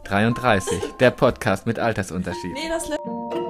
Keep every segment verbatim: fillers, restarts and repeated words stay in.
dreiunddreißig, der Podcast mit Altersunterschied. Nee, das lä-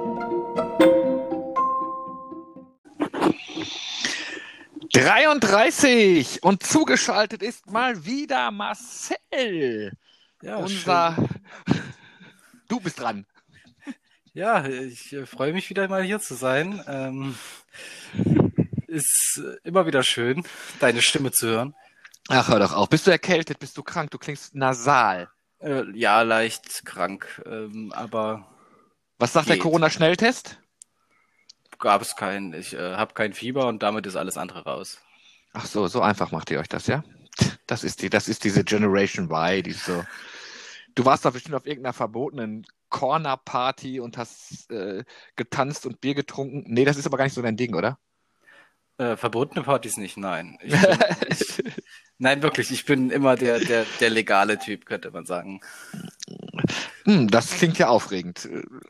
dreiunddreißig und zugeschaltet ist mal wieder Marcel. Ja, Unser. schön. Du bist dran. Ja, ich äh, freue mich wieder mal hier zu sein. Ähm, ist äh, immer wieder schön, deine Stimme zu hören. Ach, hör doch auf. Bist du erkältet? Bist du krank? Du klingst nasal. Äh, ja, leicht krank, ähm, aber Was sagt der Geht. Corona-Schnelltest? gab es keinen. Ich äh, habe kein Fieber und damit ist alles andere raus. Ach so, so einfach macht ihr euch das, ja? Das ist die, das ist diese Generation Y, die ist so. Du warst doch bestimmt auf irgendeiner verbotenen Corner-Party und hast äh, getanzt und Bier getrunken. Nee, das ist aber gar nicht so dein Ding, oder? Äh, verbotene Partys nicht, nein. Ich bin, ich, nein, wirklich, ich bin immer der, der, der legale Typ, könnte man sagen. Hm, das klingt ja aufregend.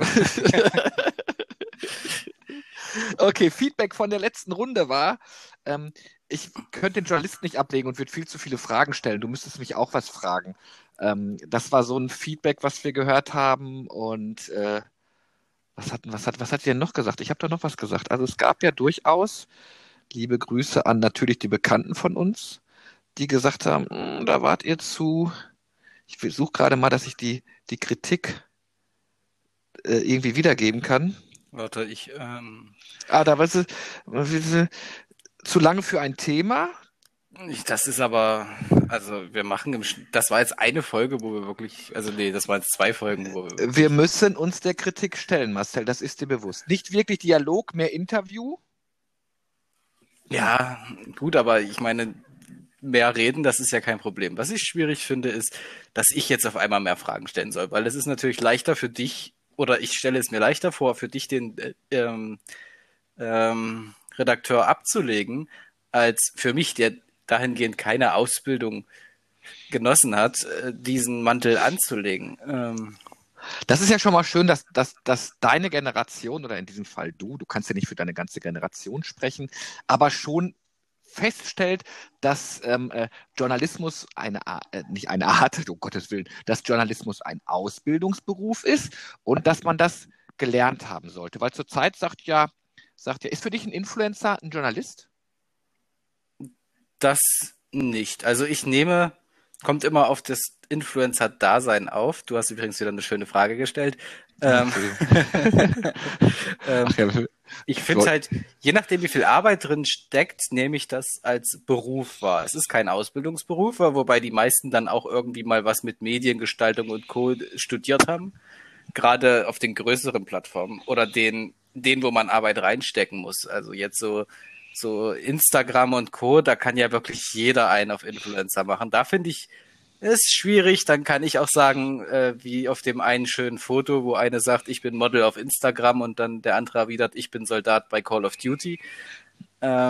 Okay, Feedback von der letzten Runde war, ähm, ich könnte den Journalisten nicht ablegen und würde viel zu viele Fragen stellen. Du müsstest mich auch was fragen. Ähm, das war so ein Feedback, was wir gehört haben. Und äh, was hat, was hat, was hat ihr denn noch gesagt? Ich habe da noch was gesagt. Also es gab ja durchaus liebe Grüße an natürlich die Bekannten von uns, die gesagt haben, "Hm, da wart ihr zu. Ich suche gerade mal, dass ich die, die Kritik äh, irgendwie wiedergeben kann. Warte, ich, ähm, Ah, da war es zu lange für ein Thema. ich, das ist aber, also wir machen im, Sch- das war jetzt eine Folge, wo wir wirklich, also nee, das waren jetzt zwei Folgen, wo wir Wir müssen uns der Kritik stellen, Marcel, das ist dir bewusst. Nicht wirklich Dialog, mehr Interview. Ja, gut, aber ich meine, mehr reden, das ist ja kein Problem. Was ich schwierig finde, ist, dass ich jetzt auf einmal mehr Fragen stellen soll, weil es ist natürlich leichter für dich, oder ich stelle es mir leichter vor, für dich den äh, ähm, ähm, Redakteur abzulegen, als für mich, der dahingehend keine Ausbildung genossen hat, äh, diesen Mantel anzulegen. Ähm, Das ist ja schon mal schön, dass, dass, dass deine Generation, oder in diesem Fall du, du kannst ja nicht für deine ganze Generation sprechen, aber schon feststellt, dass ähm, äh, Journalismus eine Art, äh, nicht eine Art, um Gottes Willen, dass Journalismus ein Ausbildungsberuf ist und dass man das gelernt haben sollte. Weil zurzeit sagt ja, sagt ja, ist für dich ein Influencer ein Journalist? Das nicht. Also ich nehme, kommt immer auf das Influencer-Dasein auf. Du hast übrigens wieder eine schöne Frage gestellt. Ähm, ähm, Ach ja, ich finde halt, je nachdem, wie viel Arbeit drin steckt, nehme ich das als Beruf wahr. Es ist kein Ausbildungsberuf, wobei die meisten dann auch irgendwie mal was mit Mediengestaltung und Co. studiert haben. Gerade auf den größeren Plattformen oder den, den, wo man Arbeit reinstecken muss. Also jetzt so, so Instagram und Co., da kann ja wirklich jeder einen auf Influencer machen. Da finde ich es schwierig. Dann kann ich auch sagen, äh, wie auf dem einen schönen Foto, wo eine sagt, ich bin Model auf Instagram und dann der andere erwidert, ich bin Soldat bei Call of Duty. Ähm,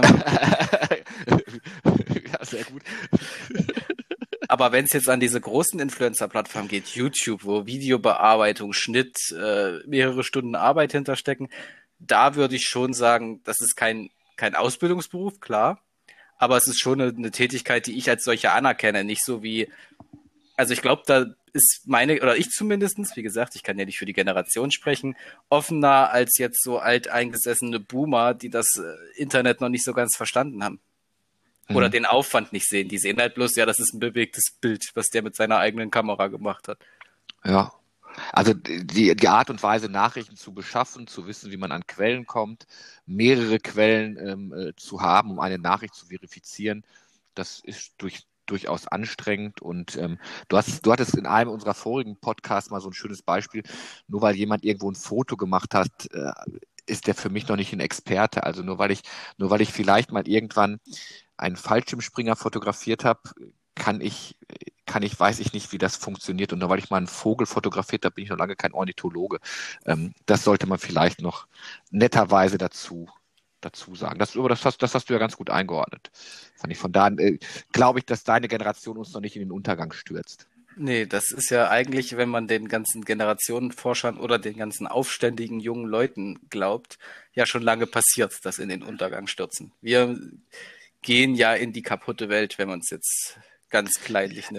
ja, sehr gut. Aber wenn es jetzt an diese großen Influencer-Plattformen geht, YouTube, wo Videobearbeitung, Schnitt, äh, mehrere Stunden Arbeit hinterstecken, da würde ich schon sagen, das ist kein, kein Ausbildungsberuf, klar, aber es ist schon eine, eine Tätigkeit, die ich als solche anerkenne, nicht so wie, also ich glaube, da ist meine, oder ich zumindestens, wie gesagt, ich kann ja nicht für die Generation sprechen, offener als jetzt so alteingesessene Boomer, die das äh, Internet noch nicht so ganz verstanden haben. Oder Mhm. den Aufwand nicht sehen. Die sehen halt bloß, ja, das ist ein bewegtes Bild, was der mit seiner eigenen Kamera gemacht hat. Ja, also die, die Art und Weise, Nachrichten zu beschaffen, zu wissen, wie man an Quellen kommt, mehrere Quellen ähm, äh, zu haben, um eine Nachricht zu verifizieren, das ist durch, durchaus anstrengend. Und ähm, du hast, du hattest in einem unserer vorigen Podcasts mal so ein schönes Beispiel, nur weil jemand irgendwo ein Foto gemacht hat, äh, ist der für mich noch nicht ein Experte. Also nur weil ich, nur weil ich vielleicht mal irgendwann einen Fallschirmspringer fotografiert habe, kann ich, kann ich, weiß ich nicht, wie das funktioniert. Und nur weil ich mal einen Vogel fotografiert habe, bin ich noch lange kein Ornithologe. Ähm, das sollte man vielleicht noch netterweise dazu, dazu sagen. Das, aber das, hast, das hast du ja ganz gut eingeordnet. Fand ich von da an, äh, glaube ich, dass deine Generation uns noch nicht in den Untergang stürzt. Nee, das ist ja eigentlich, wenn man den ganzen Generationenforschern oder den ganzen aufständigen jungen Leuten glaubt, ja schon lange passiert, dass in den Untergang stürzen. Wir gehen ja in die kaputte Welt, wenn man es jetzt ganz kleinlich nimmt.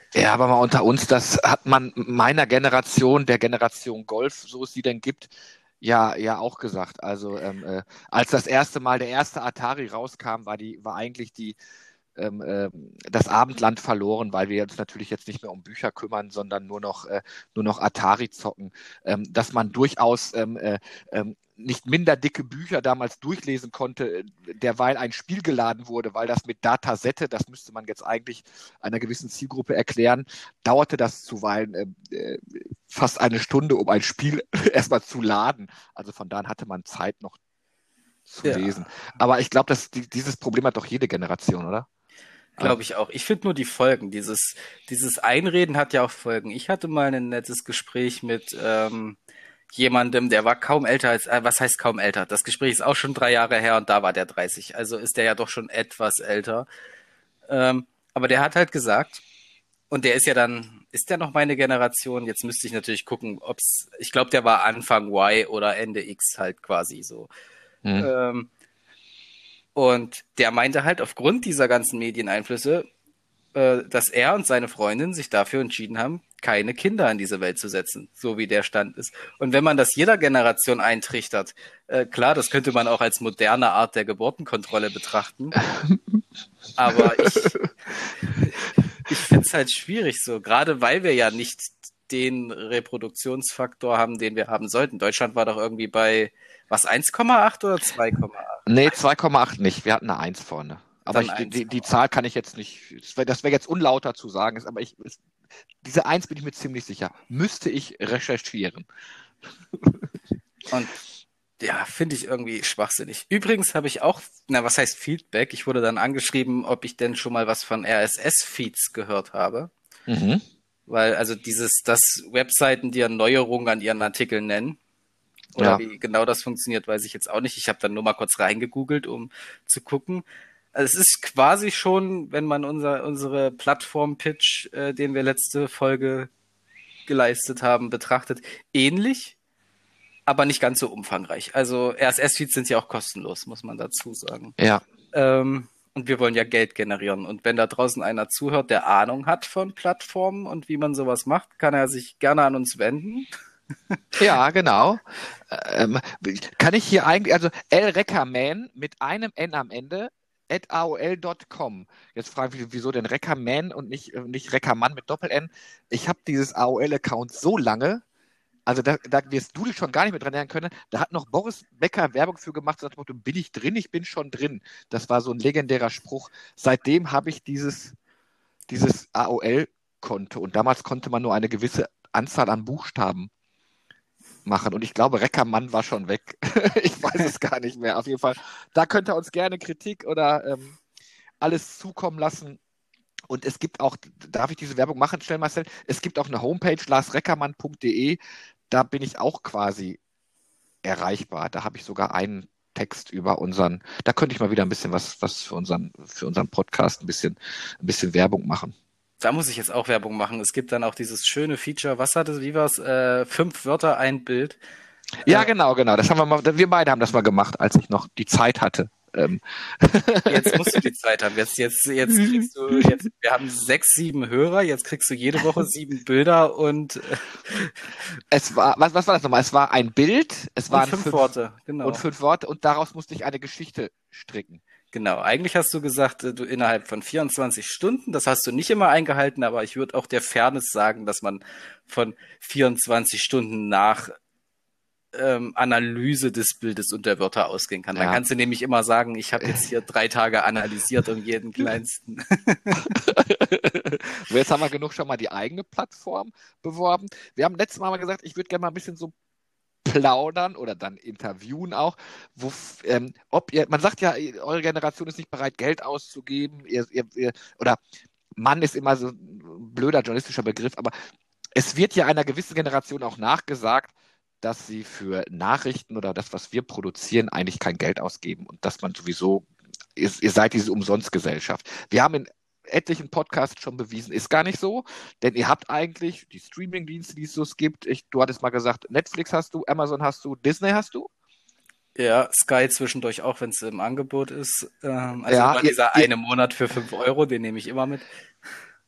Ja, aber mal unter uns, das hat man meiner Generation, der Generation Golf, so es sie denn gibt, ja, ja auch gesagt. Also ähm, äh, als das erste Mal der erste Atari rauskam, war die, war eigentlich die ähm, ähm, das Abendland verloren, weil wir uns natürlich jetzt nicht mehr um Bücher kümmern, sondern nur noch, äh, nur noch Atari zocken. Ähm, dass man durchaus ähm, äh, ähm, nicht minder dicke Bücher damals durchlesen konnte, derweil ein Spiel geladen wurde, weil das mit Datasette, das müsste man jetzt eigentlich einer gewissen Zielgruppe erklären, dauerte das zuweilen äh, fast eine Stunde, um ein Spiel erstmal zu laden. Also von daher hatte man Zeit noch zu Ja, lesen. Aber ich glaube, dass die, dieses Problem hat doch jede Generation, oder? glaube ich auch. Ich finde nur die Folgen. Dieses, dieses Einreden hat ja auch Folgen. Ich hatte mal ein nettes Gespräch mit ähm, jemandem, der war kaum älter als, äh, was heißt kaum älter? Das Gespräch ist auch schon drei Jahre her und da war der dreißig. Also ist der ja doch schon etwas älter. Ähm, aber der hat halt gesagt, und der ist ja dann, ist der noch meine Generation? Jetzt müsste ich natürlich gucken, ob's, ich glaube, der war Anfang Y oder Ende X halt quasi so. Hm. Ähm, und der meinte halt aufgrund dieser ganzen Medieneinflüsse, äh, dass er und seine Freundin sich dafür entschieden haben, keine Kinder in diese Welt zu setzen, so wie der Stand ist. Und wenn man das jeder Generation eintrichtert, äh, klar, das könnte man auch als moderne Art der Geburtenkontrolle betrachten. Aber ich, ich finde es halt schwierig so, gerade weil wir ja nicht den Reproduktionsfaktor haben, den wir haben sollten. Deutschland war doch irgendwie bei, was, eins Komma acht oder zwei Komma acht? Nee, zwei Komma acht nicht. Wir hatten eine eins vorne. Aber Dann ich, die, die eins Komma acht. Zahl kann ich jetzt nicht, das wäre das wär jetzt unlauter zu sagen, ist, aber ich, ist, diese eins bin ich mir ziemlich sicher. Müsste ich recherchieren. Und ja, finde ich irgendwie schwachsinnig. Übrigens habe ich auch, na, was heißt Feedback? Ich wurde dann angeschrieben, ob ich denn schon mal was von R S S-Feeds gehört habe. Mhm. Weil, also dieses, dass Webseiten dir Neuerungen an ihren Artikeln nennen. Oder Ja. wie genau das funktioniert, weiß ich jetzt auch nicht. Ich habe dann nur mal kurz reingegoogelt, um zu gucken. Also es ist quasi schon, wenn man unser, unsere Plattform-Pitch, äh, den wir letzte Folge geleistet haben, betrachtet, ähnlich, aber nicht ganz so umfangreich. Also R S S-Feeds sind ja auch kostenlos, muss man dazu sagen. Ja. Ähm, und wir wollen ja Geld generieren. Und wenn da draußen einer zuhört, der Ahnung hat von Plattformen und wie man sowas macht, kann er sich gerne an uns wenden. Ja, genau. Ähm, kann ich hier eigentlich, also El Reckerman mit einem N am Ende at A O L Punkt com. Jetzt frage ich, wieso denn Reckerman und nicht, nicht Reckermann mit Doppel-N? Ich habe dieses A O L-Account so lange, also da, da wirst du dich schon gar nicht mehr dran erinnern können, da hat noch Boris Becker Werbung für gemacht, sagt, bin ich drin, ich bin schon drin. Das war so ein legendärer Spruch. Seitdem habe ich dieses, dieses A O L-Konto und damals konnte man nur eine gewisse Anzahl an Buchstaben machen. Und ich glaube, Reckermann war schon weg. Ich weiß es gar nicht mehr. Auf jeden Fall, da könnt ihr uns gerne Kritik oder ähm, alles zukommen lassen. Und es gibt auch, darf ich diese Werbung machen, schnell Marcel? Es gibt auch eine Homepage, lars reckermann punkt de. Da bin ich auch quasi erreichbar. Da habe ich sogar einen Text über unseren, da könnte ich mal wieder ein bisschen was, was für unseren, für unseren Podcast ein bisschen, ein bisschen Werbung machen. Da muss ich jetzt auch Werbung machen. Es gibt dann auch dieses schöne Feature, was hat es, wie war es? Äh, fünf Wörter, ein Bild. Ja, Äh, genau, genau. Das haben wir mal, wir beide haben das mal gemacht, als ich noch die Zeit hatte. Ähm. Jetzt musst du die Zeit haben. Jetzt, jetzt, jetzt kriegst du, jetzt, wir haben sechs, sieben Hörer, jetzt kriegst du jede Woche sieben Bilder und äh, es war, was, was war das nochmal? Es war ein Bild, es waren fünf, fünf Worte, genau. Und fünf Worte und daraus musste ich eine Geschichte stricken. Genau, eigentlich hast du gesagt, du innerhalb von vierundzwanzig Stunden, das hast du nicht immer eingehalten, aber ich würde auch der Fairness sagen, dass man von vierundzwanzig Stunden nach ähm, Analyse des Bildes und der Wörter ausgehen kann. Dann Ja. kannst du nämlich immer sagen, ich habe jetzt hier drei Tage analysiert um jeden kleinsten. Jetzt haben wir genug schon mal die eigene Plattform beworben. Wir haben letztes Mal mal gesagt, ich würde gerne mal ein bisschen so plaudern oder dann interviewen auch, wo, ähm, ob ihr, man sagt ja, eure Generation ist nicht bereit, Geld auszugeben, ihr, ihr, ihr, oder Mann ist immer so ein blöder journalistischer Begriff, aber es wird ja einer gewissen Generation auch nachgesagt, dass sie für Nachrichten oder das, was wir produzieren, eigentlich kein Geld ausgeben und dass man sowieso, ihr, ihr seid diese Umsonstgesellschaft. Wir haben in etlichen Podcasts schon bewiesen, ist gar nicht so, denn ihr habt eigentlich die Streaming-Dienste, die es so gibt. Ich, du hattest mal gesagt, Netflix hast du, Amazon hast du, Disney hast du? Ja, Sky zwischendurch auch, wenn es im Angebot ist. Ähm, also Ja, immer ihr, dieser ihr, eine Monat für fünf Euro, den nehme ich immer mit.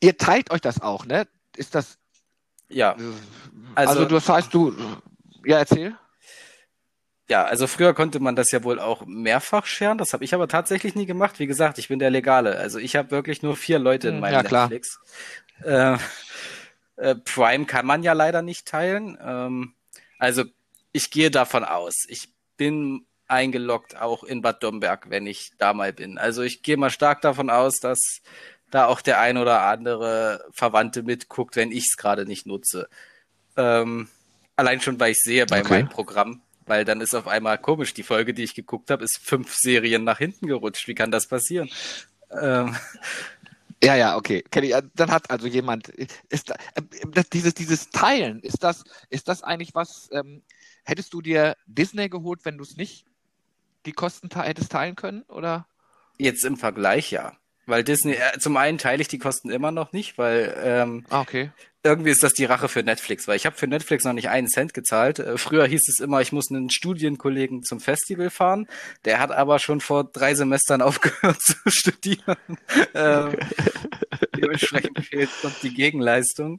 ihr teilt euch das auch, ne? Ist das... Ja. Also, also das heißt, du... Ja, erzähl. Ja, also früher konnte man das ja wohl auch mehrfach sharen. Das habe ich aber tatsächlich nie gemacht. Wie gesagt, ich bin der Legale. Also ich habe wirklich nur vier Leute in meinem ja, klar. Netflix. Äh, äh, Prime kann man ja leider nicht teilen. Ähm, also ich gehe davon aus. Ich bin eingeloggt auch in Bad Domberg, wenn ich da mal bin. Also ich gehe mal stark davon aus, dass da auch der ein oder andere Verwandte mitguckt, wenn ich es gerade nicht nutze. Ähm, allein schon, weil ich sehe bei Okay. meinem Programm, weil dann ist auf einmal komisch, die Folge, die ich geguckt habe, ist fünf Serien nach hinten gerutscht. Wie kann das passieren? Ähm, Ja, ja, okay. Kenny, dann hat also jemand, ist da, das, dieses, dieses Teilen, ist das, ist das eigentlich was, ähm, hättest du dir Disney geholt, wenn du es nicht die Kosten te- hättest teilen können, oder? Jetzt im Vergleich, ja. Weil Disney, äh, zum einen teile ich die Kosten immer noch nicht, weil ähm, Ah, okay. irgendwie ist das die Rache für Netflix, weil ich habe für Netflix noch nicht einen Cent gezahlt. Äh, früher hieß es immer, ich muss einen Studienkollegen zum Festival fahren. Der hat aber schon vor drei Semestern aufgehört zu studieren. ähm, dementsprechend fehlt uns die Gegenleistung.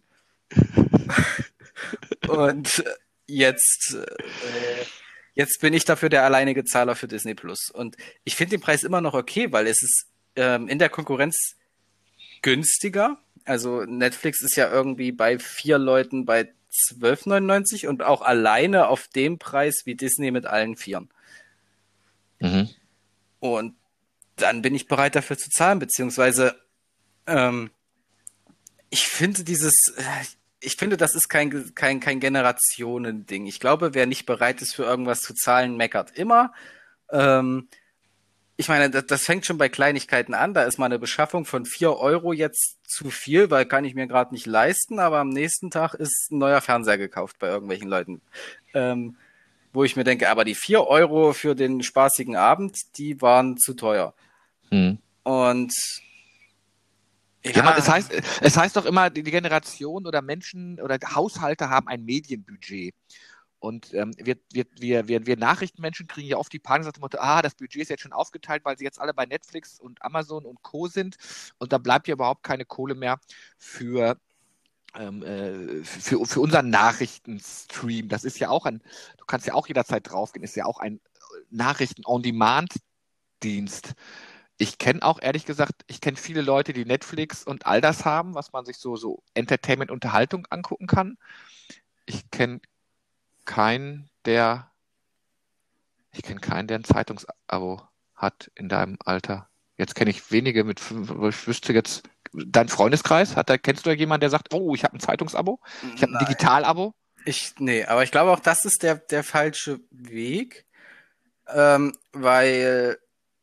Und jetzt, äh, jetzt bin ich dafür der alleinige Zahler für Disney Plus. Und ich finde den Preis immer noch okay, weil es ist ähm, in der Konkurrenz günstiger. Also Netflix ist ja irgendwie bei vier Leuten bei zwölf neunundneunzig und auch alleine auf dem Preis wie Disney mit allen Vieren. Mhm. Und dann bin ich bereit dafür zu zahlen, beziehungsweise ähm, ich finde dieses, ich finde, das ist kein, kein, kein Generationending. Ich glaube, wer nicht bereit ist, für irgendwas zu zahlen, meckert immer. Ähm, ich meine, das, das fängt schon bei Kleinigkeiten an. Da ist mal eine Beschaffung von vier Euro jetzt zu viel, weil kann ich mir gerade nicht leisten, aber am nächsten Tag ist ein neuer Fernseher gekauft bei irgendwelchen Leuten. Ähm, wo ich mir denke, aber die vier Euro für den spaßigen Abend, die waren zu teuer. Mhm. Und Ja, ja, man, es heißt, es heißt doch immer, die Generation oder Menschen oder Haushalte haben ein Medienbudget. Und ähm, wir, wir, wir, wir, wir Nachrichtenmenschen kriegen ja oft die Panik, sagt Motto, ah, das Budget ist jetzt schon aufgeteilt, weil sie jetzt alle bei Netflix und Amazon und Co. sind. Und da bleibt ja überhaupt keine Kohle mehr für, ähm, äh, für, für unseren Nachrichtenstream. Das ist ja auch ein, du kannst ja auch jederzeit draufgehen, ist ja auch ein Nachrichten-on-Demand-Dienst. Ich kenne auch, ehrlich gesagt, ich kenne viele Leute, die Netflix und all das haben, was man sich so, so Entertainment-Unterhaltung angucken kann. Ich kenne keinen, der, ich kenne keinen, der ein Zeitungsabo hat in deinem Alter. Jetzt kenne ich wenige mit fünf, ich wüsste jetzt, dein Freundeskreis, hat da, kennst du ja jemanden, der sagt, oh, ich habe ein Zeitungsabo, ich habe ein nein. Digitalabo? Ich, nee, aber ich glaube auch, das ist der, der falsche Weg, ähm, weil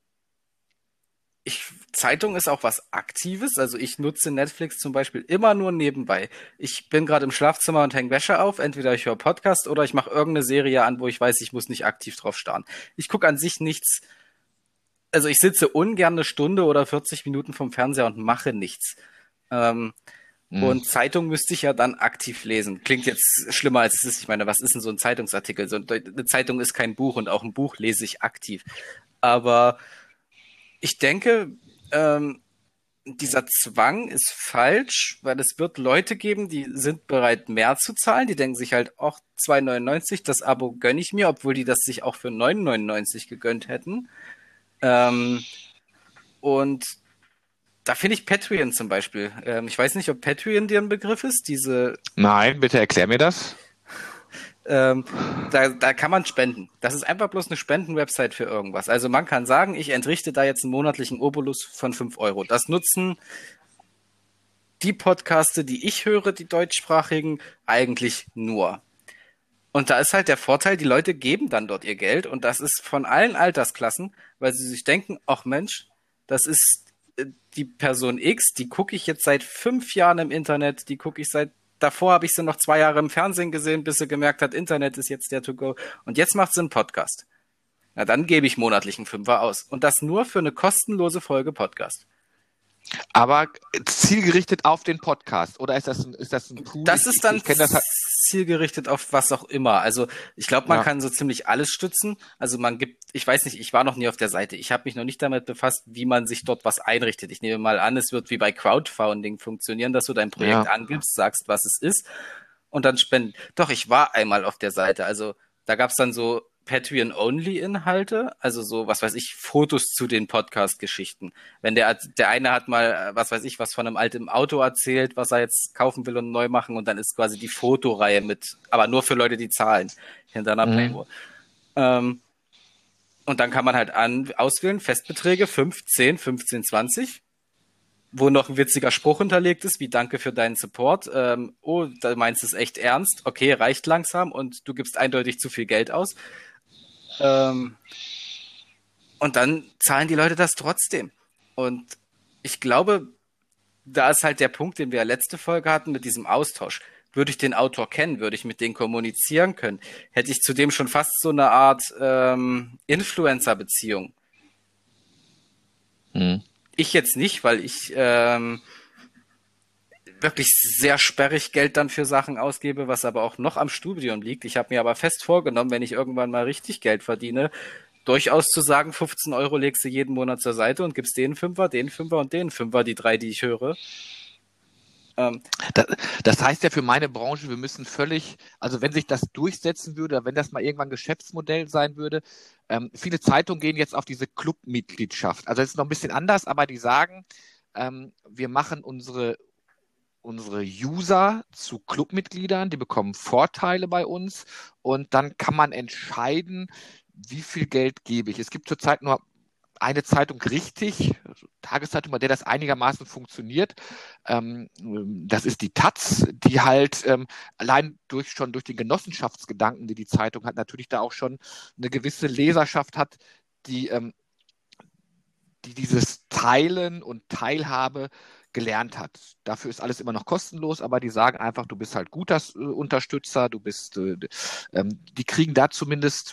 ich, Zeitung ist auch was Aktives, also ich nutze Netflix zum Beispiel immer nur nebenbei. Ich bin gerade im Schlafzimmer und hänge Wäsche auf, entweder ich höre Podcast oder ich mache irgendeine Serie an, wo ich weiß, ich muss nicht aktiv drauf starren. Ich gucke an sich nichts, also ich sitze ungern eine Stunde oder vierzig Minuten vom Fernseher und mache nichts. Ähm, Hm. Und Zeitung müsste ich ja dann aktiv lesen. Klingt jetzt schlimmer, als es ist. Ich meine, was ist denn so ein Zeitungsartikel? So eine Zeitung ist kein Buch und auch ein Buch lese ich aktiv. Aber ich denke, ähm, dieser Zwang ist falsch, weil es wird Leute geben, die sind bereit, mehr zu zahlen. Die denken sich halt, ach, zwei neunundneunzig, das Abo gönne ich mir, obwohl die das sich auch für neun neunundneunzig gegönnt hätten. Ähm, und da finde ich Patreon zum Beispiel. Ähm, ich weiß nicht, ob Patreon dir ein Begriff ist. Diese, Nein, bitte erklär mir das. ähm, da, da kann man spenden. Das ist einfach bloß eine Spendenwebsite für irgendwas. Also man kann sagen, ich entrichte da jetzt einen monatlichen Obolus von fünf Euro. Das nutzen die Podcaste, die ich höre, die deutschsprachigen, eigentlich nur. Und da ist halt der Vorteil, die Leute geben dann dort ihr Geld und das ist von allen Altersklassen, weil sie sich denken, ach Mensch, das ist die Person X, die gucke ich jetzt seit fünf Jahren im Internet, die gucke ich seit, davor habe ich sie noch zwei Jahre im Fernsehen gesehen, bis sie gemerkt hat, Internet ist jetzt der To-Go. Und jetzt macht sie einen Podcast. Na, dann gebe ich monatlich einen Fünfer aus. Und das nur für eine kostenlose Folge Podcast. Aber zielgerichtet auf den Podcast, oder ist das ein, ist das ein Pool? Das ich, ist dann ich, ich das halt. zielgerichtet auf was auch immer. Also ich glaube, man Ja. kann so ziemlich alles stützen. Also man gibt, ich weiß nicht, ich war noch nie auf der Seite. Ich habe mich noch nicht damit befasst, wie man sich dort was einrichtet. Ich nehme mal an, es wird wie bei Crowdfunding funktionieren, dass du dein Projekt Ja. angibst, sagst, was es ist und dann spenden. Doch, ich war einmal auf der Seite. Also da gab es dann so Patreon-Only-Inhalte, also so, was weiß ich, Fotos zu den Podcast-Geschichten. Wenn der, der eine hat mal, äh, was weiß ich, was von einem alten Auto erzählt, was er jetzt kaufen will und neu machen und dann ist quasi die Fotoreihe mit, aber nur für Leute, die zahlen, hinter einer Mhm. Paywall. Ähm, und dann kann man halt an, auswählen, Festbeträge, fünf, zehn, fünfzehn, zwanzig, wo noch ein witziger Spruch hinterlegt ist, wie Danke für deinen Support. Ähm, oh, da meinst du es echt ernst? Okay, reicht langsam und du gibst eindeutig zu viel Geld aus. Ähm, und dann zahlen die Leute das trotzdem. Und ich glaube, da ist halt der Punkt, den wir ja letzte Folge hatten mit diesem Austausch. Würde ich den Autor kennen, würde ich mit denen kommunizieren können, hätte ich zudem schon fast so eine Art ähm, Influencer-Beziehung. Mhm. Ich jetzt nicht, weil ich ähm, wirklich sehr sperrig Geld dann für Sachen ausgebe, was aber auch noch am Studium liegt. Ich habe mir aber fest vorgenommen, wenn ich irgendwann mal richtig Geld verdiene, durchaus zu sagen, fünfzehn Euro legst du jeden Monat zur Seite und gibst den Fünfer, den Fünfer und den Fünfer, die drei, die ich höre. Ähm, Das, das heißt ja für meine Branche, wir müssen völlig, also wenn sich das durchsetzen würde, wenn das mal irgendwann Geschäftsmodell sein würde, ähm, viele Zeitungen gehen jetzt auf diese Clubmitgliedschaft. Also es ist noch ein bisschen anders, aber die sagen, ähm, wir machen unsere unsere User zu Clubmitgliedern, die bekommen Vorteile bei uns und dann kann man entscheiden, wie viel Geld gebe ich. Es gibt zurzeit nur eine Zeitung richtig, also Tageszeitung, bei der das einigermaßen funktioniert. Ähm, das ist die Taz, die halt ähm, allein durch schon durch den Genossenschaftsgedanken, die die Zeitung hat, natürlich da auch schon eine gewisse Leserschaft hat, die, ähm, die dieses Teilen und Teilhabe gelernt hat. Dafür ist alles immer noch kostenlos, aber die sagen einfach, du bist halt guter äh, Unterstützer, du bist, äh, ähm, die kriegen da zumindest,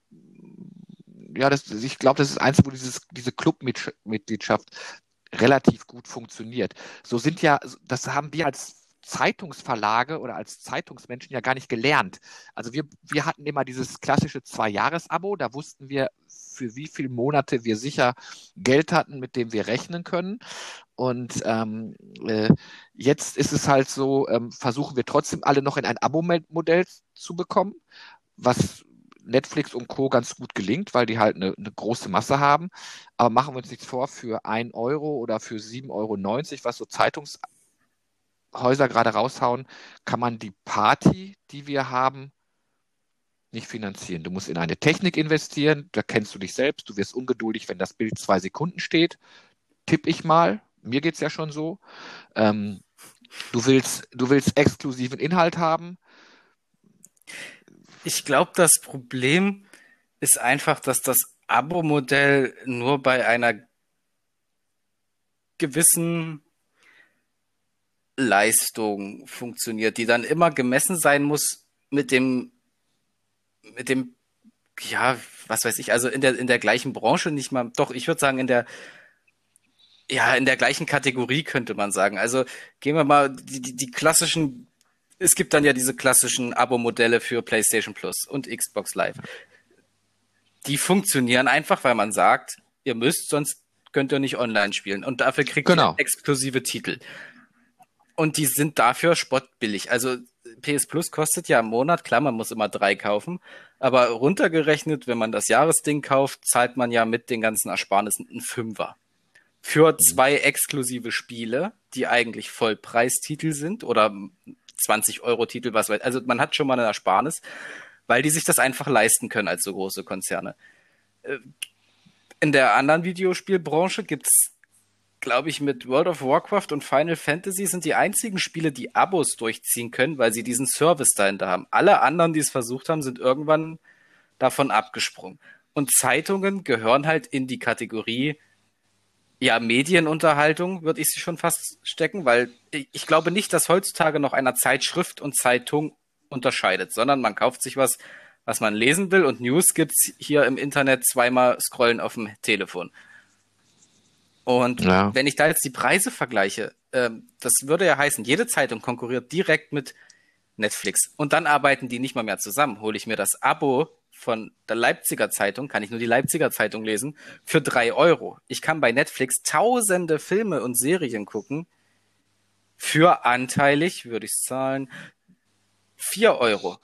ja, das, ich glaube, das ist eins, wo dieses, diese Clubmitgliedschaft relativ gut funktioniert. So sind ja, das haben wir als Zeitungsverlage oder als Zeitungsmenschen ja gar nicht gelernt. Also wir, wir hatten immer dieses klassische Zwei-Jahres-Abo, da wussten wir, für wie viele Monate wir sicher Geld hatten, mit dem wir rechnen können. Und ähm, äh, jetzt ist es halt so, ähm, versuchen wir trotzdem alle noch in ein Abo-Modell zu bekommen, was Netflix und Co. ganz gut gelingt, weil die halt eine, eine große Masse haben. Aber machen wir uns nichts vor, für ein Euro oder für sieben Euro neunzig, was so Zeitungshäuser gerade raushauen, kann man die Party, die wir haben, nicht finanzieren. Du musst in eine Technik investieren, da kennst du dich selbst, du wirst ungeduldig, wenn das Bild zwei Sekunden steht. Tipp ich mal, mir geht es ja schon so. Ähm, du willst, du willst exklusiven Inhalt haben. ich glaube, das Problem ist einfach, dass das Abo-Modell nur bei einer gewissen Leistung funktioniert, die dann immer gemessen sein muss mit dem, mit dem, ja, was weiß ich, also in der, in der gleichen Branche nicht mal, doch, ich würde sagen, in der, ja, in der gleichen Kategorie könnte man sagen. Also gehen wir mal, die, die, die klassischen, es gibt dann ja diese klassischen Abo-Modelle für PlayStation Plus und Xbox Live. Die funktionieren einfach, weil man sagt, ihr müsst, sonst könnt ihr nicht online spielen. Und dafür kriegt Genau. ihr exklusive Titel. Und die sind dafür spottbillig. Also P S Plus kostet ja im Monat, klar, man muss immer drei kaufen, aber runtergerechnet, wenn man das Jahresding kauft, zahlt man ja mit den ganzen Ersparnissen einen Fünfer. Für zwei exklusive Spiele, die eigentlich Vollpreistitel sind oder zwanzig Euro Titel, was weiß. Also man hat schon mal eine Ersparnis, weil die sich das einfach leisten können als so große Konzerne. In der anderen Videospielbranche gibt's, glaube ich, mit World of Warcraft und Final Fantasy sind die einzigen Spiele, die Abos durchziehen können, weil sie diesen Service dahinter haben. Alle anderen, die es versucht haben, sind irgendwann davon abgesprungen. Und Zeitungen gehören halt in die Kategorie, ja, Medienunterhaltung, würde ich sie schon fast stecken, weil ich glaube nicht, dass heutzutage noch einer Zeitschrift und Zeitung unterscheidet, sondern man kauft sich was, was man lesen will und News gibt's hier im Internet zweimal scrollen auf dem Telefon. Und Ja. wenn ich da jetzt die Preise vergleiche, ähm, das würde ja heißen, jede Zeitung konkurriert direkt mit Netflix. Und dann arbeiten die nicht mal mehr zusammen. Hole ich mir das Abo von der Leipziger Zeitung, kann ich nur die Leipziger Zeitung lesen, für drei Euro. Ich kann bei Netflix tausende Filme und Serien gucken. Für anteilig, würde ich zahlen, vier Euro.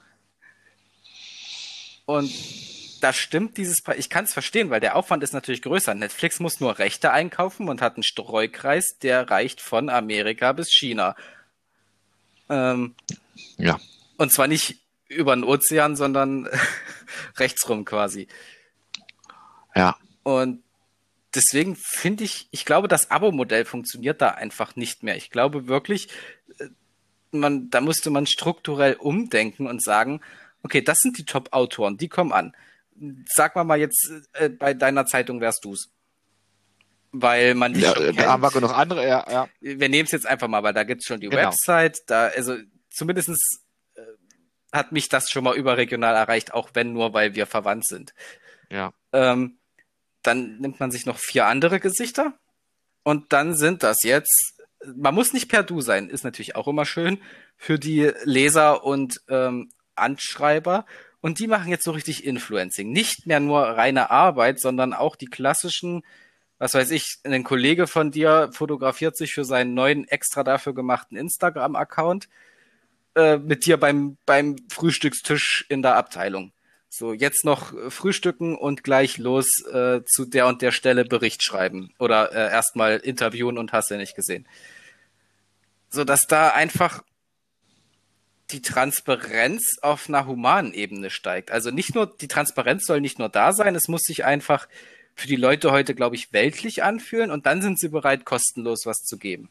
Und da stimmt dieses Preis. Ich kann es verstehen, weil der Aufwand ist natürlich größer. Netflix muss nur Rechte einkaufen und hat einen Streukreis, der reicht von Amerika bis China. Ähm, Ja. Und zwar nicht über den Ozean, sondern rechtsrum quasi. Ja. Und deswegen finde ich, ich glaube, das Abo-Modell funktioniert da einfach nicht mehr. Ich glaube wirklich, man, da musste man strukturell umdenken und sagen, okay, das sind die Top-Autoren, die kommen an. Sag mal mal jetzt, äh, bei deiner Zeitung wärst du's. Weil man dich Ja, schon da kennt. haben wir genug andere, ja, ja. Wir nehmen es jetzt einfach mal, weil da gibt's schon die Genau. Website, da, also zumindestens äh, hat mich das schon mal überregional erreicht, auch wenn nur, weil wir verwandt sind. Ja. Ähm, dann nimmt man sich noch vier andere Gesichter und dann sind das jetzt, man muss nicht per Du sein, ist natürlich auch immer schön für die Leser und ähm, Anschreiber. Und die machen jetzt so richtig Influencing. Nicht mehr nur reine Arbeit, sondern auch die klassischen, was weiß ich, ein Kollege von dir fotografiert sich für seinen neuen extra dafür gemachten Instagram-Account äh, mit dir beim, beim Frühstückstisch in der Abteilung. So, jetzt noch frühstücken und gleich los äh, zu der und der Stelle Bericht schreiben. Oder äh, erstmal interviewen und hast ja nicht gesehen. So, dass da einfach die Transparenz auf einer humanen Ebene steigt. Also nicht nur, die Transparenz soll nicht nur da sein, es muss sich einfach für die Leute heute, glaube ich, weltlich anfühlen und dann sind sie bereit, kostenlos was zu geben.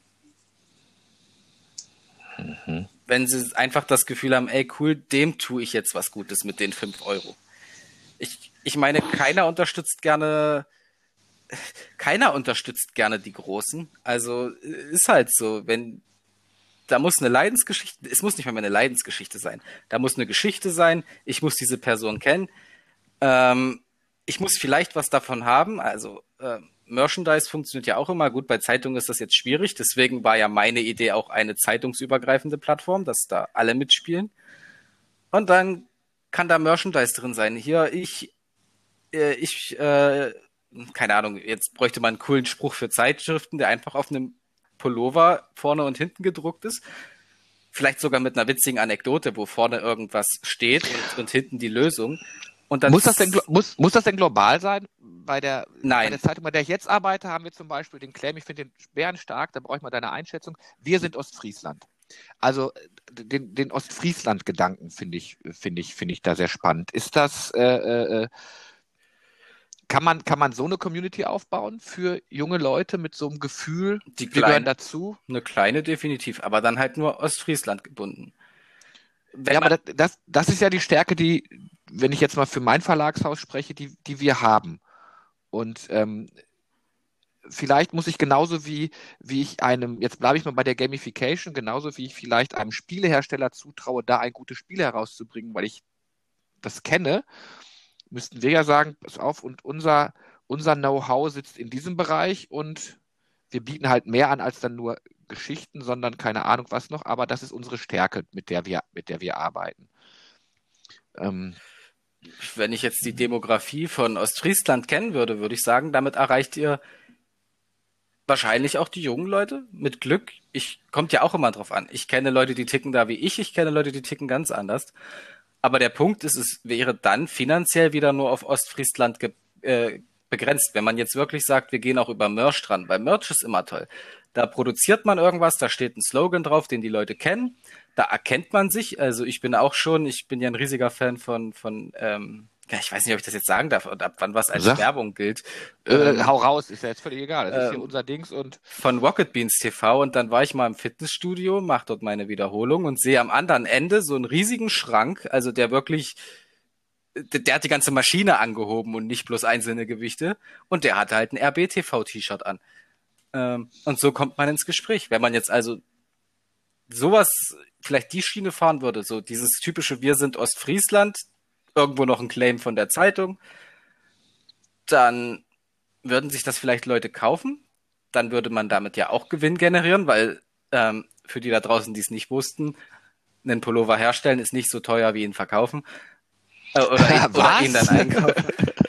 Mhm. Wenn sie einfach das Gefühl haben, ey cool, dem tue ich jetzt was Gutes mit den fünf Euro. Ich, ich meine, keiner unterstützt gerne, keiner unterstützt gerne die Großen. Also ist halt so, wenn da muss eine Leidensgeschichte, es muss nicht mal mehr eine Leidensgeschichte sein. Da muss eine Geschichte sein, ich muss diese Person kennen, ähm, ich muss vielleicht was davon haben, also äh, Merchandise funktioniert ja auch immer gut, bei Zeitungen ist das jetzt schwierig, deswegen war ja meine Idee auch eine zeitungsübergreifende Plattform, dass da alle mitspielen und dann kann da Merchandise drin sein. Hier, ich, äh, ich, äh, keine Ahnung, jetzt bräuchte man einen coolen Spruch für Zeitschriften, der einfach auf einem Pullover vorne und hinten gedruckt ist. Vielleicht sogar mit einer witzigen Anekdote, wo vorne irgendwas steht und, und hinten die Lösung. Und dann muss, das denn, muss, muss das denn global sein? Bei der, Nein. bei der Zeitung, bei der ich jetzt arbeite, haben wir zum Beispiel den Claim, ich finde den bärenstark, da brauche ich mal deine Einschätzung. Wir sind Ostfriesland. Also den, den Ostfriesland-Gedanken finde ich, finde ich, finde ich da sehr spannend. Ist das, äh, äh, kann man, kann man so eine Community aufbauen für junge Leute mit so einem Gefühl, die wir gehören dazu? Eine kleine definitiv, aber dann halt nur Ostfriesland gebunden. Wenn ja, aber das, das, das ist ja die Stärke, die, wenn ich jetzt mal für mein Verlagshaus spreche, die, die wir haben. Und ähm, vielleicht muss ich genauso wie, wie ich einem, jetzt bleibe ich mal bei der Gamification, genauso wie ich vielleicht einem Spielehersteller zutraue, da ein gutes Spiel herauszubringen, weil ich das kenne, müssten wir ja sagen, pass auf, und unser, unser Know-how sitzt in diesem Bereich und wir bieten halt mehr an als dann nur Geschichten, sondern keine Ahnung was noch, aber das ist unsere Stärke, mit der wir, mit der wir arbeiten. Ähm, Wenn ich jetzt die Demografie von Ostfriesland kennen würde, würde ich sagen, damit erreicht ihr wahrscheinlich auch die jungen Leute mit Glück. Ich kommt ja auch immer drauf an. Ich kenne Leute, die ticken da wie ich, ich kenne Leute, die ticken ganz anders. Aber der Punkt ist, es wäre dann finanziell wieder nur auf Ostfriesland ge- äh, begrenzt. Wenn man jetzt wirklich sagt, wir gehen auch über Merch dran, weil Merch ist immer toll. Da produziert man irgendwas, da steht ein Slogan drauf, den die Leute kennen. Da erkennt man sich. Also ich bin auch schon, ich bin ja ein riesiger Fan von, von ähm, ja, ich weiß nicht, ob ich das jetzt sagen darf und ab wann was als Sag. Werbung gilt. Äh, ähm, hau raus, ist ja jetzt völlig egal. Das äh, ist hier unser Dings und von Rocket Beans T V und dann war ich mal im Fitnessstudio, mache dort meine Wiederholung und sehe am anderen Ende so einen riesigen Schrank, also der wirklich, der, der hat die ganze Maschine angehoben und nicht bloß einzelne Gewichte und der hatte halt ein R B T V-T-Shirt an. Ähm, und so kommt man ins Gespräch. Wenn man jetzt also sowas, vielleicht die Schiene fahren würde, so dieses typische Wir sind Ostfriesland, irgendwo noch ein Claim von der Zeitung, dann würden sich das vielleicht Leute kaufen. Dann würde man damit ja auch Gewinn generieren, weil ähm, für die da draußen, die es nicht wussten, einen Pullover herstellen ist nicht so teuer wie ihn verkaufen. Äh, oder, ihn, oder ihn dann einkaufen.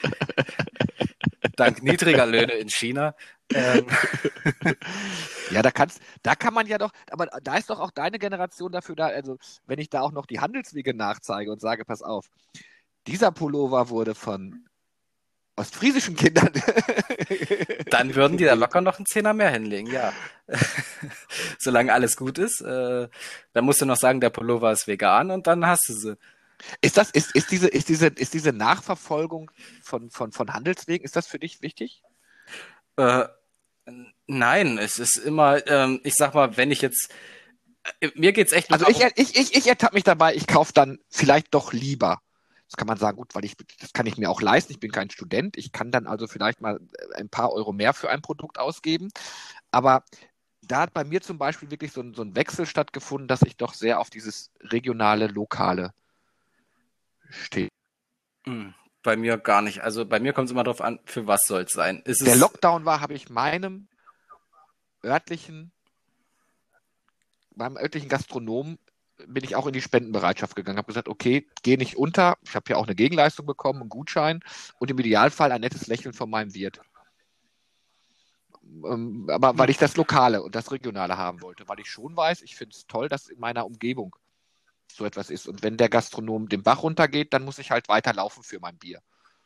Dank niedriger Löhne in China. Ähm. Ja, da kannst, da kann man ja doch, aber da ist doch auch deine Generation dafür da, also wenn ich da auch noch die Handelswege nachzeige und sage, pass auf, dieser Pullover wurde von ostfriesischen Kindern. Dann würden die da locker noch einen Zehner mehr hinlegen, ja. Solange alles gut ist. Äh, dann musst du noch sagen, der Pullover ist vegan und dann hast du sie. Ist das, ist, ist diese, ist diese, ist diese Nachverfolgung von, von, von Handelswegen, ist das für dich wichtig? Äh, nein, es ist immer, ähm, ich sag mal, wenn ich jetzt, äh, mir geht's echt nur Also ich, ich, ich, ich ertappe mich dabei, ich kaufe dann vielleicht doch lieber. Das kann man sagen, gut, weil ich, das kann ich mir auch leisten, ich bin kein Student, ich kann dann also vielleicht mal ein paar Euro mehr für ein Produkt ausgeben, aber da hat bei mir zum Beispiel wirklich so ein, so ein Wechsel stattgefunden, dass ich doch sehr auf dieses regionale, lokale stehe. Bei mir gar nicht. Also bei mir kommt es immer darauf an, für was soll es sein. Ist Der es Lockdown war, habe ich meinem örtlichen, meinem örtlichen Gastronomen bin ich auch in die Spendenbereitschaft gegangen, habe gesagt, okay, geh nicht unter, ich habe ja auch eine Gegenleistung bekommen, einen Gutschein und im Idealfall ein nettes Lächeln von meinem Wirt. Ähm, aber weil ich das Lokale und das Regionale haben wollte, weil ich schon weiß, ich finde es toll, dass in meiner Umgebung so etwas ist. Und wenn der Gastronom den Bach runtergeht, dann muss ich halt weiterlaufen für mein Bier.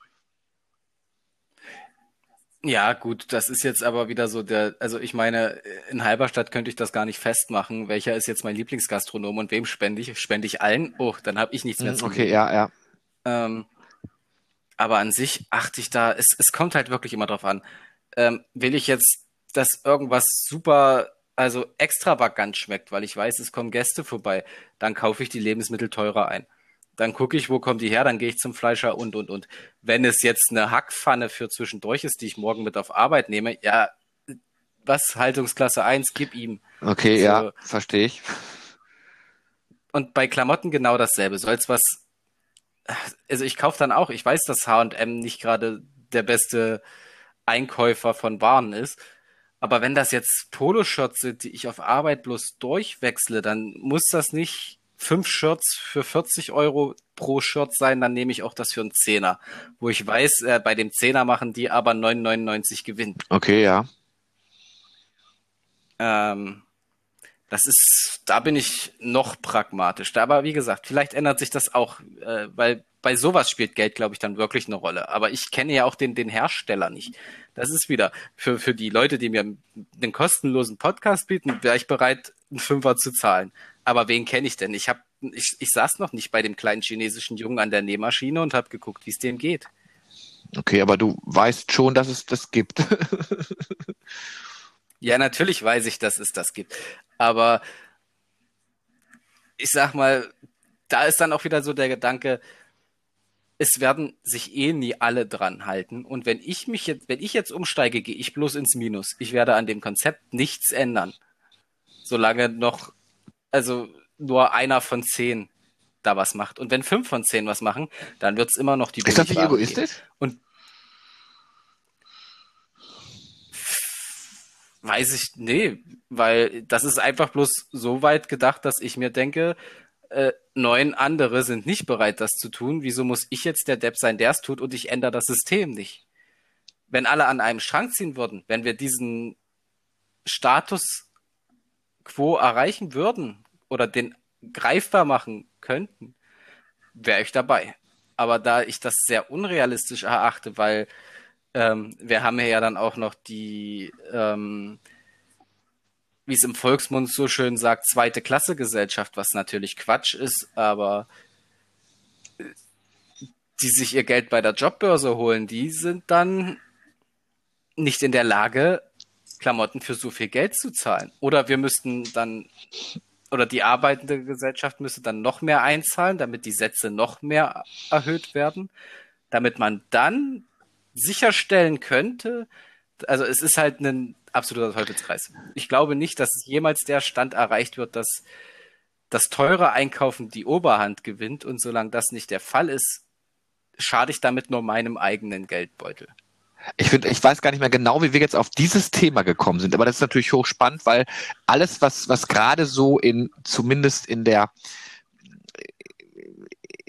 Ja, gut, das ist jetzt aber wieder so der, also ich meine, in Halberstadt könnte ich das gar nicht festmachen, welcher ist jetzt mein Lieblingsgastronom und wem spende ich? Spende ich allen? Oh, dann habe ich nichts mehr zu Okay, tun. ja, ja. Ähm, aber an sich achte ich da, es, es kommt halt wirklich immer drauf an. Ähm, will ich jetzt, dass irgendwas super, also extravagant schmeckt, weil ich weiß, es kommen Gäste vorbei, dann kaufe ich die Lebensmittel teurer ein. Dann gucke ich, wo kommen die her, dann gehe ich zum Fleischer und, und, und. Wenn es jetzt eine Hackpfanne für zwischendurch ist, die ich morgen mit auf Arbeit nehme, ja, was, Haltungsklasse eins, gib ihm. Okay, So. ja, verstehe ich. Und bei Klamotten genau dasselbe. Soll's was, also ich kaufe dann auch, ich weiß, dass H und M nicht gerade der beste Einkäufer von Waren ist, aber wenn das jetzt Poloshirts sind, die ich auf Arbeit bloß durchwechsle, dann muss das nicht fünf Shirts für vierzig Euro pro Shirt sein, dann nehme ich auch das für einen Zehner. Wo ich weiß, äh, bei dem Zehner machen die aber neun neunundneunzig Gewinn. Okay, ja. Ähm, das ist, da bin ich noch pragmatisch. Aber wie gesagt, vielleicht ändert sich das auch, äh, weil bei sowas spielt Geld, glaube ich, dann wirklich eine Rolle. Aber ich kenne ja auch den, den Hersteller nicht. Das ist wieder, für, für die Leute, die mir einen kostenlosen Podcast bieten, wäre ich bereit, einen Fünfer zu zahlen. Aber wen kenne ich denn? Ich hab, ich, ich saß noch nicht bei dem kleinen chinesischen Jungen an der Nähmaschine und habe geguckt, wie es dem geht. Okay, aber du weißt schon, dass es das gibt. Ja, natürlich weiß ich, dass es das gibt. Aber ich sag mal, da ist dann auch wieder so der Gedanke, es werden sich eh nie alle dran halten. Und wenn ich mich jetzt, wenn ich jetzt umsteige, gehe ich bloß ins Minus. Ich werde an dem Konzept nichts ändern. Solange noch, also nur einer von zehn da was macht. Und wenn fünf von zehn was machen, dann wird es immer noch die Ist das nicht Billigware egoistisch? geben. Und weiß ich, nee, weil das ist einfach bloß so weit gedacht, dass ich mir denke, äh, neun andere sind nicht bereit, das zu tun. Wieso muss ich jetzt der Depp sein, der es tut und ich ändere das System nicht? Wenn alle an einem Schrank ziehen würden, wenn wir diesen Status quo erreichen würden oder den greifbar machen könnten, wäre ich dabei. Aber da ich das sehr unrealistisch erachte, weil ähm, wir haben ja dann auch noch die, ähm, wie es im Volksmund so schön sagt, zweite Klasse Gesellschaft, was natürlich Quatsch ist, aber die sich ihr Geld bei der Jobbörse holen, die sind dann nicht in der Lage, Klamotten für so viel Geld zu zahlen. Oder wir müssten dann, oder die arbeitende Gesellschaft müsste dann noch mehr einzahlen, damit die Sätze noch mehr erhöht werden, damit man dann sicherstellen könnte, also es ist halt ein absoluter Teufelskreis. Ich glaube nicht, dass es jemals der Stand erreicht wird, dass das teure Einkaufen die Oberhand gewinnt, und solange das nicht der Fall ist, schade ich damit nur meinem eigenen Geldbeutel. Ich finde, ich weiß gar nicht mehr genau, wie wir jetzt auf dieses Thema gekommen sind, aber das ist natürlich hochspannend, weil alles, was, was gerade so in, zumindest in der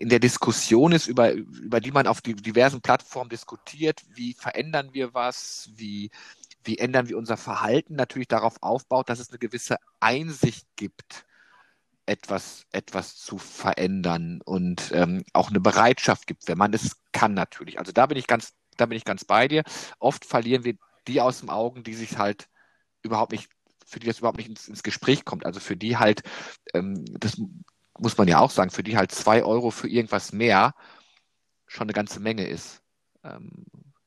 in der Diskussion ist, über, über die man auf die diversen Plattformen diskutiert, wie verändern wir was, wie, wie ändern wir unser Verhalten, natürlich darauf aufbaut, dass es eine gewisse Einsicht gibt, etwas, etwas zu verändern und ähm, auch eine Bereitschaft gibt, wenn man es kann natürlich. Also da bin ich ganz, da bin ich ganz bei dir. Oft verlieren wir die aus den Augen, die sich halt überhaupt nicht, für die das überhaupt nicht ins, ins Gespräch kommt. Also für die halt, ähm, das muss man ja auch sagen, für die halt zwei Euro für irgendwas mehr schon eine ganze Menge ist. Ähm,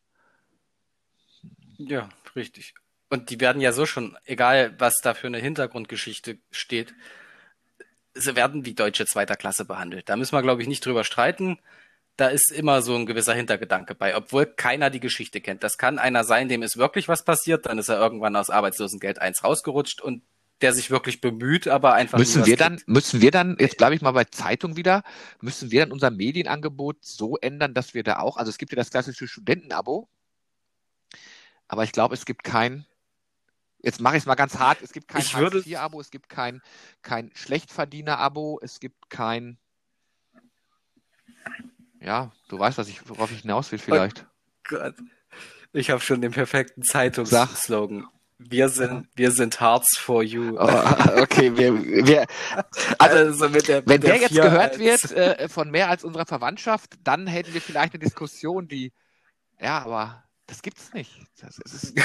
Ja, richtig. Und die werden ja so schon, egal was da für eine Hintergrundgeschichte steht, sie werden wie Deutsche zweiter Klasse behandelt. Da müssen wir, glaube ich, nicht drüber streiten. Da ist immer so ein gewisser Hintergedanke bei, obwohl keiner die Geschichte kennt. Das kann einer sein, dem ist wirklich was passiert, dann ist er irgendwann aus Arbeitslosengeld eins rausgerutscht und der sich wirklich bemüht, aber einfach nie müssen was wir dann, kriegt. müssen wir dann, jetzt bleibe ich mal bei Zeitung wieder, müssen wir dann unser Medienangebot so ändern, dass wir da auch, also es gibt ja das klassische Studentenabo, aber ich glaube, es gibt kein, jetzt mache ich es mal ganz hart, es gibt kein Ich würde, Hartz vier Abo, es gibt kein, kein Schlechtverdiener-Abo, es gibt kein, ja, du weißt, was ich, worauf ich hinaus will oh vielleicht. Gott, ich habe schon den perfekten Sag. Zeitungsslogan. Wir sind, wir sind Hearts for You. Oh, okay, wir, wir, also Also mit der, wenn mit der der jetzt vier gehört als. wird äh, von mehr als unserer Verwandtschaft, dann hätten wir vielleicht eine Diskussion, die, ja, aber das gibt's nicht. Das ist,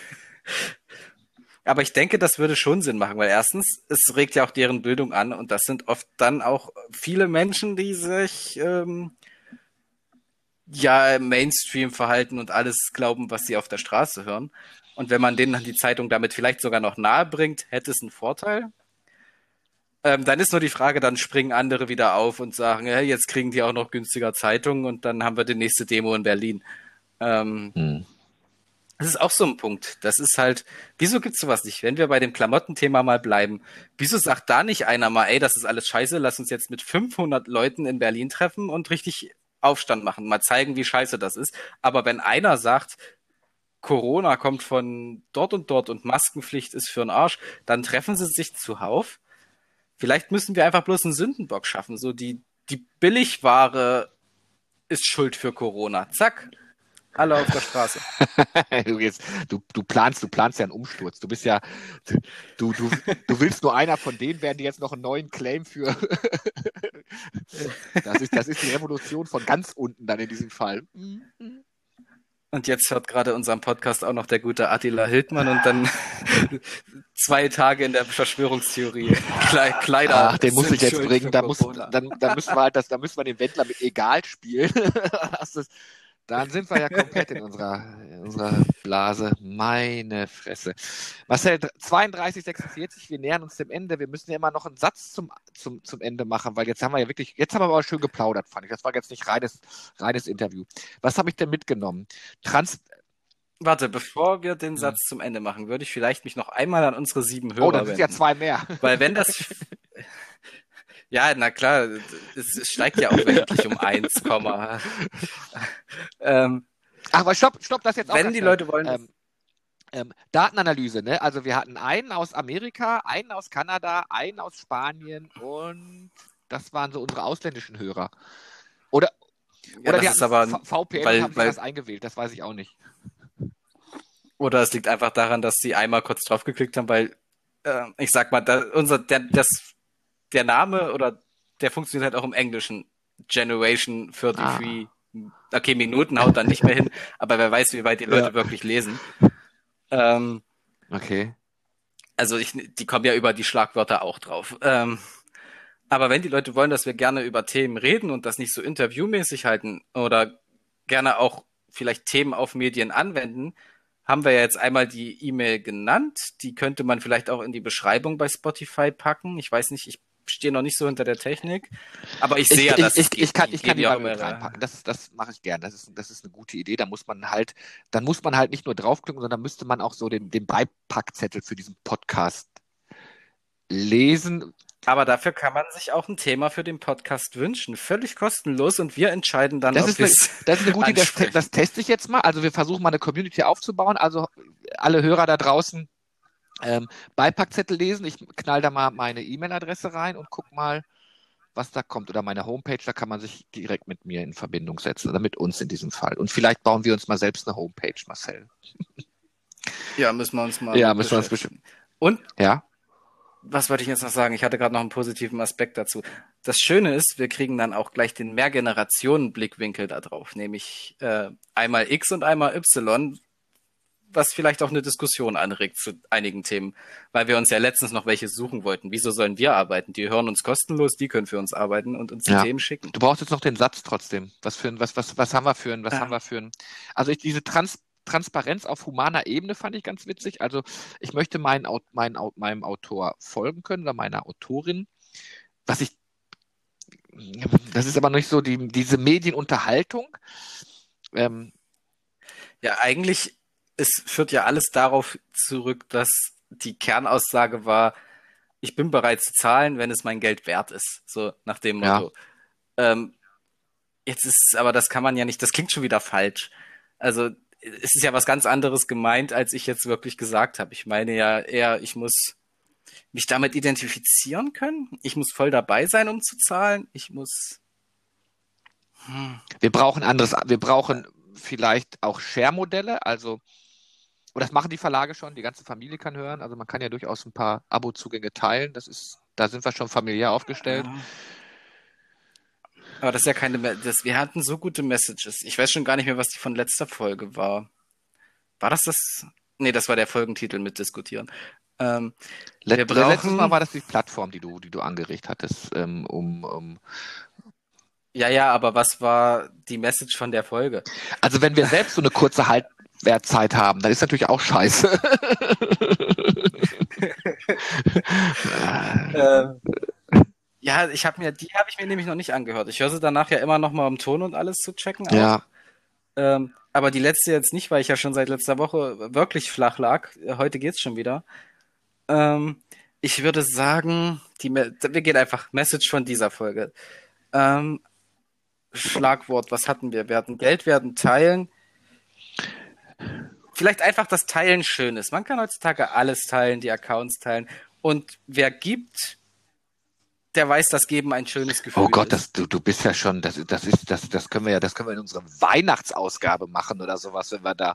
Aber ich denke, das würde schon Sinn machen, weil erstens, es regt ja auch deren Bildung an und das sind oft dann auch viele Menschen, die sich ähm, ja im Mainstream verhalten und alles glauben, was sie auf der Straße hören. Und wenn man denen dann die Zeitung damit vielleicht sogar noch nahe bringt, hätte es einen Vorteil. Ähm, dann ist nur die Frage, dann springen andere wieder auf und sagen, hey, jetzt kriegen die auch noch günstiger Zeitungen und dann haben wir die nächste Demo in Berlin. Ähm, hm. Das ist auch so ein Punkt. Das ist halt, wieso gibt's sowas nicht? Wenn wir bei dem Klamottenthema mal bleiben, wieso sagt da nicht einer mal, ey, das ist alles scheiße, lass uns jetzt mit fünfhundert Leuten in Berlin treffen und richtig Aufstand machen, mal zeigen, wie scheiße das ist. Aber wenn einer sagt, Corona kommt von dort und dort und Maskenpflicht ist für den Arsch, dann treffen sie sich zuhauf. Vielleicht müssen wir einfach bloß einen Sündenbock schaffen. So die, die Billigware ist schuld für Corona. Zack. Alle auf der Straße. Du, jetzt, du, du planst, du planst ja einen Umsturz. Du bist ja, du, du, du willst nur einer von denen werden, die jetzt noch einen neuen Claim für. Das ist, das ist die Revolution von ganz unten dann in diesem Fall. Und jetzt hört gerade unseren Podcast auch noch der gute Attila Hildmann und dann zwei Tage in der Verschwörungstheorie. Kle- Kleider. Ach, den muss sind ich jetzt schuld bringen. für Da, muss, Corona. dann, da müssen wir halt das, da müssen wir den Wendler mit egal spielen. Das ist, dann sind wir ja komplett in unserer, in unserer Blase. Meine Fresse. Marcel, zweiunddreißig sechsundvierzig, wir nähern uns dem Ende. Wir müssen ja immer noch einen Satz zum, zum, zum Ende machen, weil jetzt haben wir ja wirklich, jetzt haben wir aber schön geplaudert, fand ich. Das war jetzt nicht reines, reines Interview. Was habe ich denn mitgenommen? Trans. Warte, bevor wir den Hm. Satz zum Ende machen, würde ich vielleicht mich noch einmal an unsere sieben Hörer Oh, das sind ja wenden. zwei mehr. Weil wenn das... Ja, na klar, es, es steigt ja auch wöchentlich um eins, ähm, Ach, aber stopp, stopp, das jetzt auch wenn ganz die schnell. Leute wollen, dass- Ähm, ähm, Datenanalyse, ne? Also wir hatten einen aus Amerika, einen aus Kanada, einen aus Spanien und das waren so unsere ausländischen Hörer. Oder, ja, oder das die ist hatten aber, V- VPN weil- und haben sich weil- das eingewählt, das weiß ich auch nicht. oder es liegt einfach daran, dass sie einmal kurz draufgeklickt haben, weil, äh, ich sag mal, da, unser, der, das, der Name oder der funktioniert halt auch im Englischen. Generation dreiundvierzig. Okay, Minuten haut dann nicht mehr hin, aber wer weiß, wie weit die Leute Ja. wirklich lesen. Ähm, Okay. also ich, die kommen ja über die Schlagwörter auch drauf. Ähm, aber wenn die Leute wollen, dass wir gerne über Themen reden und das nicht so interviewmäßig halten oder gerne auch vielleicht Themen auf Medien anwenden, haben wir ja jetzt einmal die E-Mail genannt. Die könnte man vielleicht auch in die Beschreibung bei Spotify packen. Ich weiß nicht, ich stehe noch nicht so hinter der Technik, aber ich sehe ja, ich, dass ich, es ich, ich kann, ich kann geben die ja mal auch mit ihre- reinpacken. Das, das mache ich gern. Das ist, das ist eine gute Idee. Da muss man halt, dann muss man halt nicht nur draufklicken, sondern müsste man auch so den, den Beipackzettel für diesen Podcast lesen. Aber dafür kann man sich auch ein Thema für den Podcast wünschen. Völlig kostenlos und wir entscheiden dann, Das ob ist, eine, wir es das ist eine gute Idee, das, te- ansprechen. das teste ich jetzt mal. Also wir versuchen mal eine Community aufzubauen. Also alle Hörer da draußen ähm, Beipackzettel lesen. Ich knall da mal meine E-Mail-Adresse rein und guck mal, was da kommt, oder meine Homepage, da kann man sich direkt mit mir in Verbindung setzen, oder mit uns in diesem Fall. Und vielleicht bauen wir uns mal selbst eine Homepage, Marcel. Ja, müssen wir uns mal Ja, müssen wir uns beschäftigen. Und Ja, was wollte ich jetzt noch sagen? Ich hatte gerade noch einen positiven Aspekt dazu. Das Schöne ist, wir kriegen dann auch gleich den Mehrgenerationen-Blickwinkel da drauf, nämlich äh, einmal X und einmal Y, was vielleicht auch eine Diskussion anregt zu einigen Themen, weil wir uns ja letztens noch welche suchen wollten. Wieso sollen wir arbeiten? Die hören uns kostenlos, die können für uns arbeiten und uns die ja. Themen schicken. Du brauchst jetzt noch den Satz trotzdem. Was für ein, was, was, was haben wir für ein, was Ah. haben wir für ein, also ich, diese Trans Transparenz auf humaner Ebene fand ich ganz witzig. Also ich möchte meinen, Au- meinen, Au- meinem Autor folgen können oder meiner Autorin. Was ich, das ist aber nicht so die, diese Medienunterhaltung. Ähm, Ja, eigentlich, es führt ja alles darauf zurück, dass die Kernaussage war, ich bin bereit zu zahlen, wenn es mein Geld wert ist. So nach dem Ja. Motto. Ähm, jetzt ist, aber das kann man ja nicht, das klingt schon wieder falsch. Also es ist ja was ganz anderes gemeint, als ich jetzt wirklich gesagt habe. Ich meine ja eher, ich muss mich damit identifizieren können. Ich muss voll dabei sein, um zu zahlen. Ich muss. Wir brauchen anderes, wir brauchen vielleicht auch Share-Modelle, also, und das machen die Verlage schon, die ganze Familie kann hören, also man kann ja durchaus ein paar Abo-Zugänge teilen, das ist, da sind wir schon familiär aufgestellt. Ja. Aber das ist ja keine, Me- das, wir hatten so gute Messages. Ich weiß schon gar nicht mehr, was die von letzter Folge war. War das das? Nee, das war der Folgentitel mit diskutieren. Ähm, Let, wir brauchen, Letztes Mal war das die Plattform, die du, die du angeregt hattest, ähm, um, um, ja, ja, aber was war die Message von der Folge? also wenn wir selbst so eine kurze Haltwertzeit haben, dann ist natürlich auch scheiße. Ähm, ja, ich habe mir, die habe ich mir nämlich noch nicht angehört. Ich höre sie danach ja immer noch mal im Ton und alles zu checken. Auch. Ja, Ähm, aber die letzte jetzt nicht, weil ich ja schon seit letzter Woche wirklich flach lag. Heute geht's schon wieder. Ähm, ich würde sagen, die, Me- wir gehen einfach Message von dieser Folge. Ähm, Schlagwort, was hatten wir? Wir hatten Geld, wir hatten Teilen. Vielleicht einfach das Teilen schön ist. Man kann heutzutage alles teilen, die Accounts teilen. Und wer gibt, der weiß, dass Geben ein schönes Gefühl oh Gott, ist. das, du, du bist ja schon, das, das ist, das, das können wir ja, das können wir in unserer Weihnachtsausgabe machen oder sowas, wenn wir da.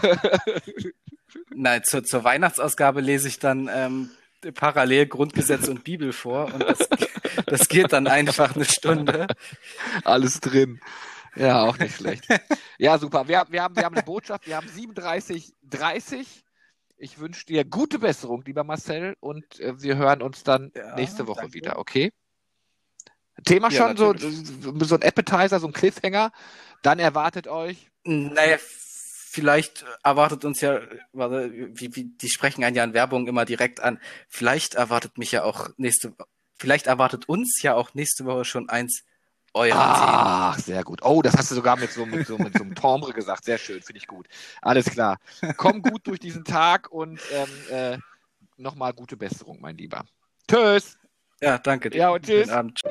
Nein, zur, zur Weihnachtsausgabe lese ich dann ähm, parallel Grundgesetz und Bibel vor und das, das geht dann einfach eine Stunde. Alles drin. Ja, auch nicht schlecht. Ja, super. Wir, wir, haben, wir haben eine Botschaft. Wir haben siebenunddreißig dreißig. Ich wünsche dir gute Besserung, lieber Marcel, und äh, wir hören uns dann Ja, nächste Woche danke. wieder, okay? Thema Ja, schon, so, natürlich. so ein Appetizer, so ein Cliffhanger. Dann erwartet euch. Naja, vielleicht erwartet uns ja, warte, wie, wie, die sprechen einen ja in Werbung immer direkt an. Vielleicht erwartet mich ja auch nächste, vielleicht erwartet uns ja auch nächste Woche schon eins eurer Themen. Ach, sehr gut. Oh, das hast du sogar mit so, mit so, mit so einem Timbre gesagt. Sehr schön, finde ich gut. Alles klar. Komm gut durch diesen Tag und ähm, äh, nochmal gute Besserung, mein Lieber. Tschüss. Ja, danke dir. Ja, und tschüss. Schönen Abend.